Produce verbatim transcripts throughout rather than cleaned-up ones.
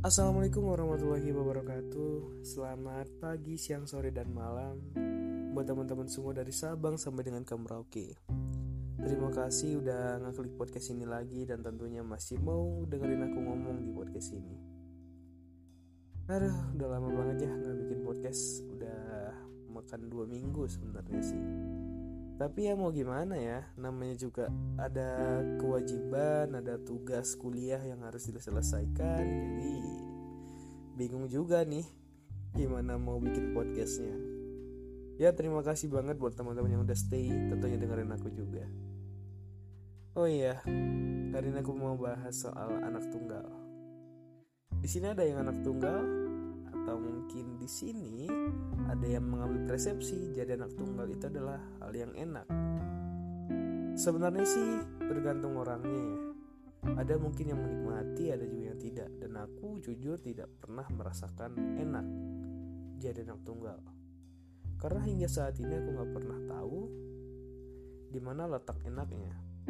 Assalamualaikum warahmatullahi wabarakatuh. Selamat pagi, siang, sore, dan malam buat teman-teman semua dari Sabang sampai dengan ke Merauke. Terima kasih udah ngeklik podcast ini lagi dan tentunya masih mau dengerin aku ngomong di podcast ini. Aduh, udah lama banget ya nggak bikin podcast. Udah makan dua minggu sebenarnya sih. Tapi ya mau gimana ya, namanya juga ada kewajiban, ada tugas kuliah yang harus diselesaikan. Jadi bingung juga nih gimana mau bikin podcastnya. Ya terima kasih banget buat teman-teman yang udah stay, tentunya dengerin aku juga. Oh iya, hari ini aku mau bahas soal anak tunggal. Di sini ada yang anak tunggal, atau mungkin di sini ada yang mengambil persepsi jadi anak tunggal itu adalah hal yang enak. Sebenarnya sih tergantung orangnya ya. Ada mungkin yang menikmati, ada juga yang tidak. Dan aku jujur tidak pernah merasakan enak jadi anak tunggal. Karena hingga saat ini aku gak pernah tahu di mana letak enaknya.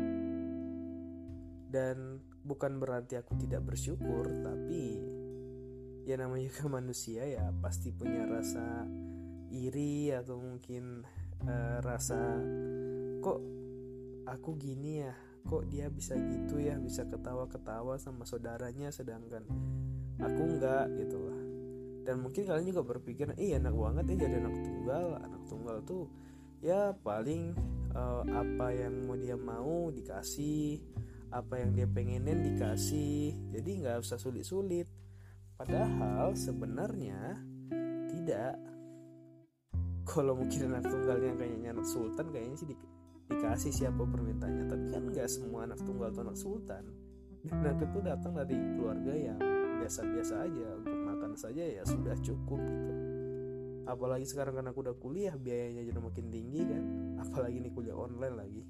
Dan bukan berarti aku tidak bersyukur, tapi ya namanya juga manusia ya pasti punya rasa iri atau mungkin uh, rasa kok aku gini ya, kok dia bisa gitu ya, bisa ketawa-ketawa sama saudaranya sedangkan aku enggak gitu lah. Dan mungkin kalian juga berpikir ih enak banget ya jadi anak tunggal. Anak tunggal tuh ya paling uh, apa yang mau dia mau dikasih, apa yang dia pengenin dikasih, jadi gak usah sulit-sulit. Padahal sebenarnya tidak. Kalau mungkin anak tunggalnya kayaknya anak sultan, kayaknya sih di, dikasih siapa permintaannya. Tapi kan gak semua anak tunggal itu anak sultan. Dan aku tuh datang dari keluarga yang biasa-biasa aja. Untuk makan saja ya sudah cukup gitu. Apalagi sekarang kan aku udah kuliah, biayanya jadi makin tinggi kan. Apalagi ini kuliah online lagi.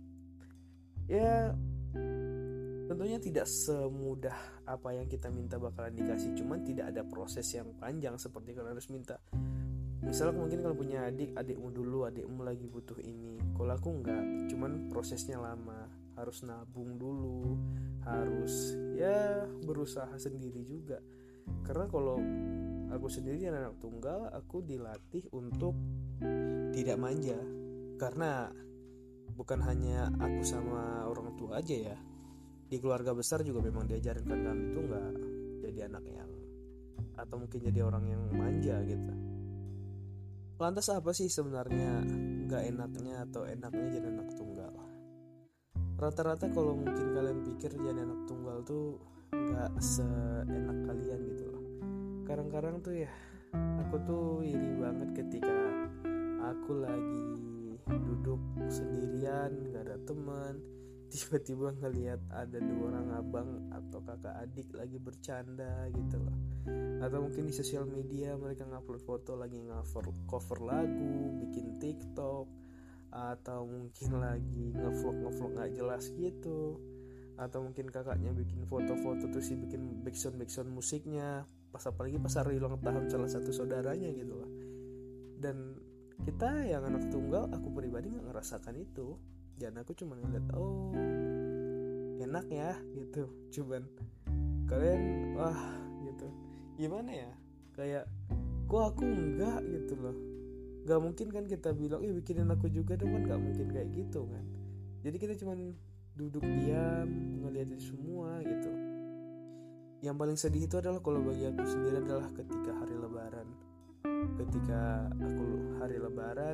Ya tentunya tidak semudah apa yang kita minta bakalan dikasih. Cuman tidak ada proses yang panjang seperti kalian harus minta. Misalnya mungkin kalau punya adik, adikmu dulu, adikmu lagi butuh ini. Kalau aku enggak, cuman prosesnya lama. Harus nabung dulu, harus ya berusaha sendiri juga. Karena kalau aku sendiri anak tunggal, aku dilatih untuk tidak manja. Karena bukan hanya aku sama orang tua aja ya, di keluarga besar juga memang diajarin kan kami itu nggak jadi anak yang atau mungkin jadi orang yang manja gitu. Lantas apa sih sebenarnya nggak enaknya atau enaknya jadi anak tunggal? Rata-rata kalau mungkin kalian pikir jadi anak tunggal tuh nggak seenak kalian gitu loh. Kadang-kadang tuh ya aku tuh iri banget ketika aku lagi duduk sendirian nggak ada teman, tiba-tiba ngelihat ada dua orang abang atau kakak adik lagi bercanda gitu loh. Atau mungkin di sosial media mereka ngupload foto lagi cover cover lagu, bikin TikTok, atau mungkin lagi ngevlog ngevlog nggak jelas gitu. Atau mungkin kakaknya bikin foto-foto terus sih bikin backsound backsound musiknya. Pas apalagi pas hari ulang tahun salah satu saudaranya gitu loh. Dan kita yang anak tunggal, aku pribadi nggak ngerasakan itu. Dan aku cuma ngeliat oh enak ya gitu. Cuman kalian wah gitu gimana ya, kayak kok aku enggak gitu loh. Gak mungkin kan kita bilang ih bikinin aku juga dong, kan gak mungkin kayak gitu kan. Jadi kita cuma duduk diam ngeliat itu semua gitu. Yang paling sedih itu adalah kalau bagi aku sendiri adalah ketika hari lebaran. Ketika aku hari lebaran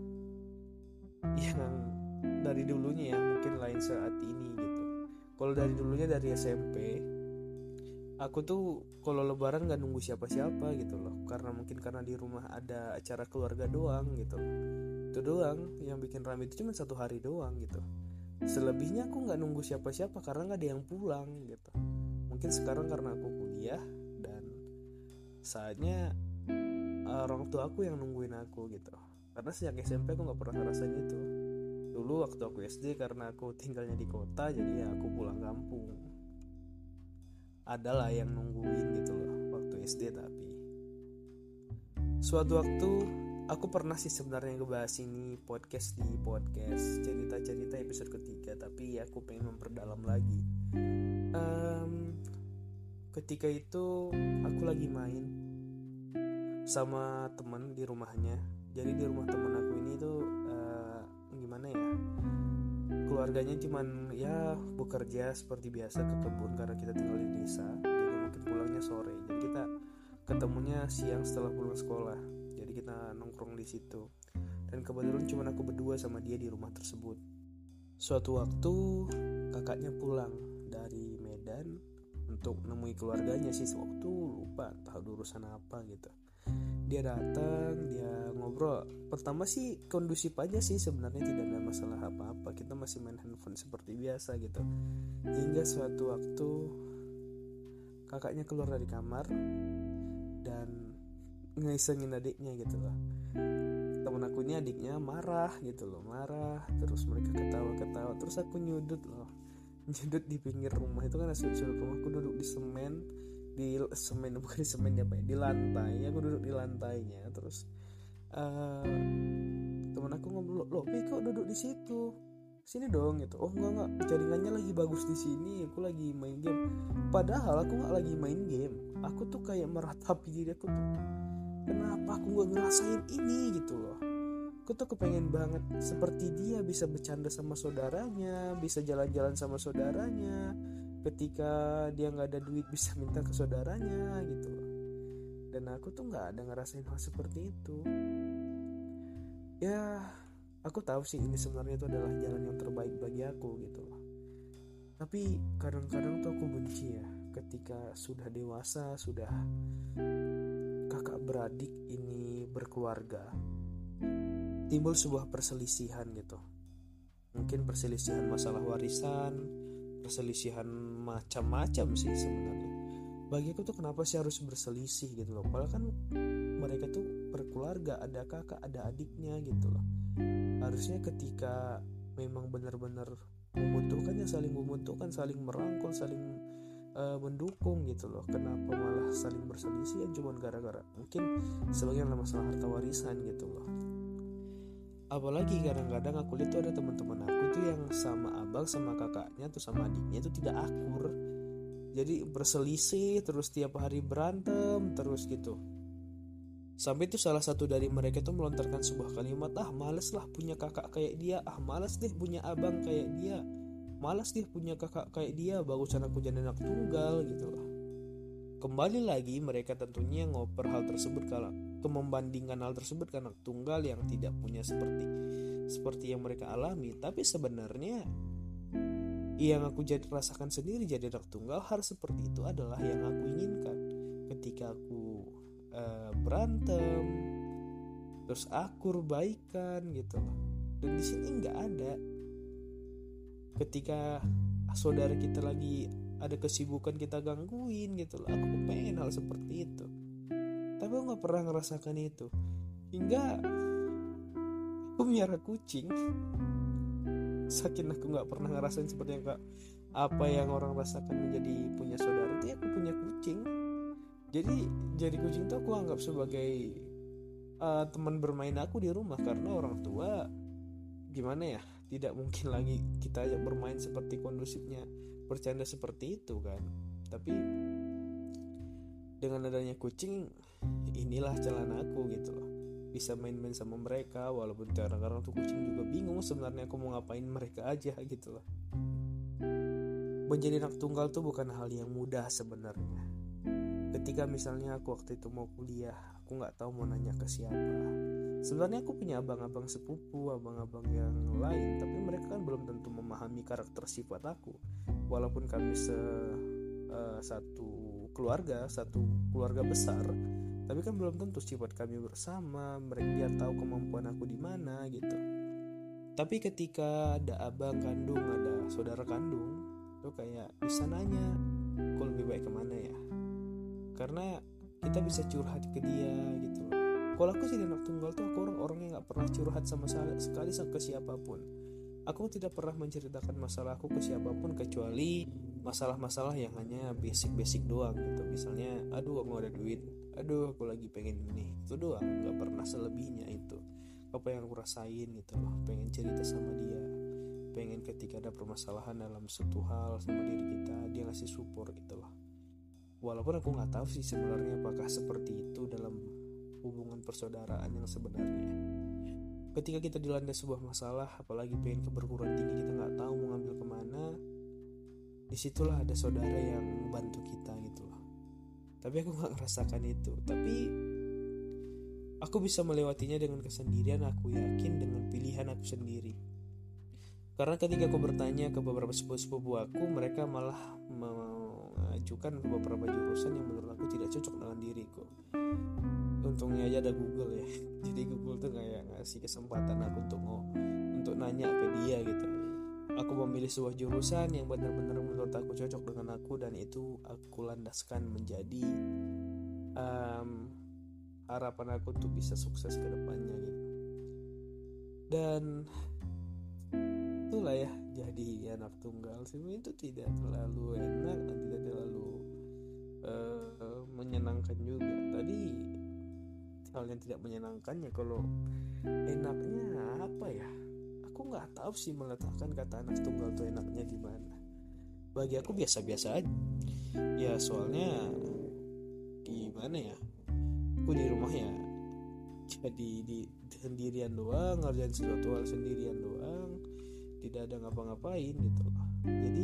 yang dari dulunya ya mungkin lain saat ini gitu. Kalau dari dulunya dari S M P aku tuh kalau lebaran gak nunggu siapa-siapa gitu loh. Karena mungkin karena di rumah ada acara keluarga doang gitu. Itu doang yang bikin rame, itu cuma satu hari doang gitu. Selebihnya aku gak nunggu siapa-siapa karena gak ada yang pulang gitu. Mungkin sekarang karena aku kuliah dan saatnya orang tua aku yang nungguin aku gitu. Karena sejak S M P aku gak pernah ngerasain itu. Dulu waktu aku S D karena aku tinggalnya di kota, jadi ya aku pulang kampung. Adalah yang nungguin gitu loh waktu S D. Tapi suatu waktu aku pernah sih sebenarnya ngebahas ini podcast di podcast cerita-cerita episode ketiga, tapi aku pengen memperdalam lagi. um, ketika itu aku lagi main sama teman di rumahnya. Jadi di rumah teman aku ini tuh uh, gimana ya, keluarganya cuman ya bekerja seperti biasa ke kebun karena kita tinggal di desa. Jadi mungkin pulangnya sore. Jadi kita ketemunya siang setelah pulang sekolah. Jadi kita nongkrong di situ. Dan kebetulan cuma aku berdua sama dia di rumah tersebut. Suatu waktu kakaknya pulang dari Medan untuk nemui keluarganya sih, waktu lupa entah ada urusan apa gitu. Dia datang, dia ngobrol. Pertama sih kondusif aja sih, sebenarnya tidak ada masalah apa-apa. Kita masih main handphone seperti biasa gitu. Hingga suatu waktu kakaknya keluar dari kamar dan ngisengin adiknya gitu loh. Temen aku ini adiknya marah gitu loh, marah. Terus mereka ketawa-ketawa. Terus aku nyudut loh, nyudut di pinggir rumah. Itu kan sudut rumahku, duduk di semen, di semen bukan di semen apa ya, di lantai. Aku duduk di lantainya. Terus uh, temen aku ngobrol, loh Pi kok duduk di situ, sini dong gitu. Oh enggak enggak, jaringannya lagi bagus di sini, aku lagi main game. Padahal aku nggak lagi main game. Aku tuh kayak meratapi diri aku tuh, kenapa aku gak ngerasain ini gitu loh. Aku tuh kepengen banget seperti dia, bisa bercanda sama saudaranya, bisa jalan-jalan sama saudaranya. Ketika dia gak ada duit bisa minta ke saudaranya gitu loh. Dan aku tuh gak ada ngerasain hal seperti itu. Ya aku tahu sih ini sebenarnya itu adalah jalan yang terbaik bagi aku gitu loh. Tapi kadang-kadang tuh aku benci ya, ketika sudah dewasa, sudah kakak beradik ini berkeluarga, timbul sebuah perselisihan gitu. Mungkin perselisihan masalah warisan, perselisihan macam-macam sih sebenarnya. Bagi aku tuh kenapa sih harus berselisih gitu loh. Padahal kan mereka tuh berkeluarga, ada kakak, ada adiknya gitu loh. Harusnya ketika memang benar-benar membutuhkan ya saling membutuhkan, saling merangkul, saling uh, mendukung gitu loh. Kenapa malah saling berselisih ya cuma gara-gara mungkin sebagian masalah harta warisan gitu loh. Apalagi kadang-kadang aku lihat tuh ada teman-teman aku tuh yang sama abang sama kakaknya tuh sama adiknya itu tidak akur. Jadi berselisih terus, tiap hari berantem terus gitu. Sampai tuh salah satu dari mereka tuh melontarkan sebuah kalimat, ah males lah punya kakak kayak dia, ah males deh punya abang kayak dia, malas deh punya kakak kayak dia, bagusan aku jadi anak tunggal gitu loh. Kembali lagi mereka tentunya ngoper hal tersebut, kalau ke membandingkan hal tersebut ke anak tunggal yang tidak punya seperti seperti yang mereka alami. Tapi sebenarnya yang aku jadi rasakan sendiri jadi anak tunggal, hal seperti itu adalah yang aku inginkan. Ketika aku uh, berantem terus akur baikan gitu loh. Dan di sini nggak ada. Ketika saudara kita lagi ada kesibukan kita gangguin gitu loh. Aku pengen hal seperti itu, tapi aku gak pernah ngerasakan itu. Hingga aku miara kucing, saking aku gak pernah ngerasain seperti yang gak, apa yang orang rasakan menjadi punya saudara. Itu aku punya kucing. Jadi jadi kucing itu aku anggap sebagai uh, teman bermain aku di rumah. Karena orang tua gimana ya, tidak mungkin lagi kita bermain seperti kondusifnya, bercanda seperti itu kan. Tapi dengan adanya kucing, inilah jalan aku gitu loh, bisa main-main sama mereka. Walaupun kadang-kadang tuh kucing juga bingung sebenarnya aku mau ngapain mereka aja gitu loh. Menjadi anak tunggal tuh bukan hal yang mudah sebenarnya. Ketika misalnya aku waktu itu mau kuliah, aku gak tahu mau nanya ke siapa. Sebenarnya aku punya abang-abang sepupu, abang-abang yang lain, tapi mereka kan belum tentu memahami karakter sifat aku. Walaupun kami se uh, satu keluarga, satu keluarga besar, tapi kan belum tentu sifat kami bersama. Mereka dia tahu kemampuan aku di mana gitu. Tapi ketika ada abang kandung, ada saudara kandung, tuh kayak bisa nanya, kok lebih baik kemana ya? Karena kita bisa curhat ke dia gitu loh. Kalau aku jadi anak tunggal tuh aku orang-orang yang gak pernah curhat sama sekali ke siapapun. Aku tidak pernah menceritakan masalahku ke siapapun kecuali masalah-masalah yang hanya basic-basic doang gitu. Misalnya, aduh aku gak ada duit, aduh aku lagi pengen ini, itu doang. Gak pernah selebihnya itu. Apa yang aku rasain gitu loh, pengen cerita sama dia, pengen ketika ada permasalahan dalam suatu hal sama diri kita, dia ngasih support gitu loh. Walaupun aku nggak tahu sih sebenarnya apakah seperti itu dalam hubungan persaudaraan yang sebenarnya. Ketika kita dilanda sebuah masalah, apalagi pengen ke perguruan tinggi, kita nggak tahu mau ngambil kemana, disitulah ada saudara yang membantu kita gitu loh. Tapi aku nggak ngerasakan itu. Tapi aku bisa melewatinya dengan kesendirian. Aku yakin dengan pilihan aku sendiri. Karena ketika aku bertanya ke beberapa sepupu-sepupu aku, mereka malah mengajukan beberapa jurusan yang menurut aku tidak cocok dengan diriku. Untungnya aja ada Google ya. Jadi Google tuh kayak ngasih kesempatan aku untuk mau untuk nanya ke dia gitu. Aku memilih sebuah jurusan yang benar-benar menurut aku cocok dengan aku, dan itu aku landaskan menjadi um, harapan aku untuk bisa sukses ke depannya gitu. Dan itulah ya, jadi anak tunggal sebenarnya itu tidak terlalu enak dan tidak terlalu uh, menyenangkan juga. Tadi hal yang tidak menyenangkannya, kalau enaknya apa ya, aku nggak tahu sih meletakkan kata anak tunggal tuh enaknya di mana. Bagi aku biasa-biasa aja ya, soalnya gimana ya, aku di rumah ya jadi di sendirian doang, ngerjain sesuatu hal sendirian doang, tidak ada ngapa-ngapain gitu loh. Jadi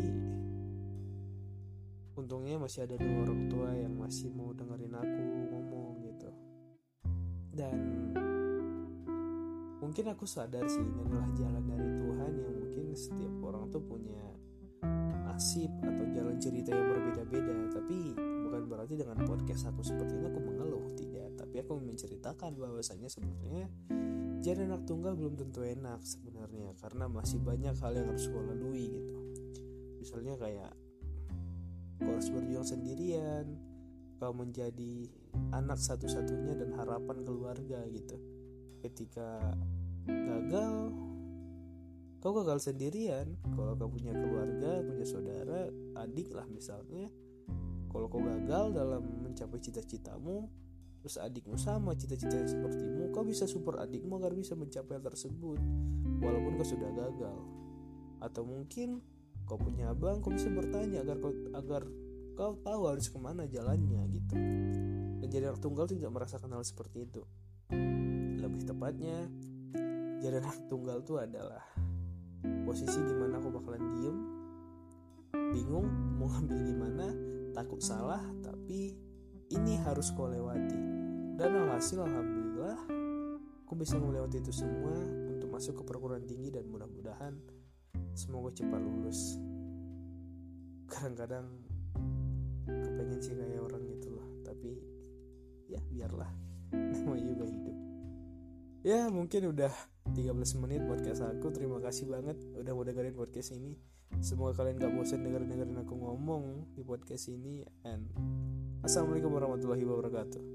untungnya masih ada dua orang tua yang masih mau dengerin aku ngomong gitu. Dan mungkin aku sadar sih ini adalah jalan dari Tuhan, yang mungkin setiap orang tuh punya nasib atau jalan cerita yang berbeda-beda. Tapi bukan berarti dengan podcast aku seperti ini aku mengeluh, tidak. Tapi aku menceritakan bahwasanya sebenarnya jadi anak tunggal belum tentu enak sebenarnya, karena masih banyak hal yang harus gue lalui gitu. Misalnya kayak kau harus berjuang sendirian, kau menjadi anak satu-satunya dan harapan keluarga gitu. Ketika gagal, kau gagal sendirian. Kalau kau punya keluarga, punya saudara, adik lah misalnya, kalau kau gagal dalam mencapai cita-citamu, terus adikmu sama cita-cita yang sepertimu, kau bisa support adikmu agar bisa mencapai hal tersebut walaupun kau sudah gagal. Atau mungkin kau punya abang, kau bisa bertanya agar kau agar kau tahu harus kemana jalannya gitu. Dan jadi anak tunggal tidak merasakan hal seperti itu. Lebih tepatnya, jadi anak tunggal itu adalah posisi dimana aku bakalan diem, bingung mau ngambil gimana, takut salah, tapi ini harus kau lewati. Dan alhasil alhamdulillah aku bisa melewati itu semua untuk masuk ke perguruan tinggi, dan mudah-mudahan semoga cepat lulus. Kadang-kadang kepengen sih kayak orang gitu loh, tapi ya biarlah, namanya juga hidup. Ya mungkin udah tiga belas menit podcast aku. Terima kasih banget udah mau dengerin podcast ini. Semoga kalian gak bosan dengerin-dengerin aku ngomong di podcast ini. And assalamualaikum warahmatullahi wabarakatuh.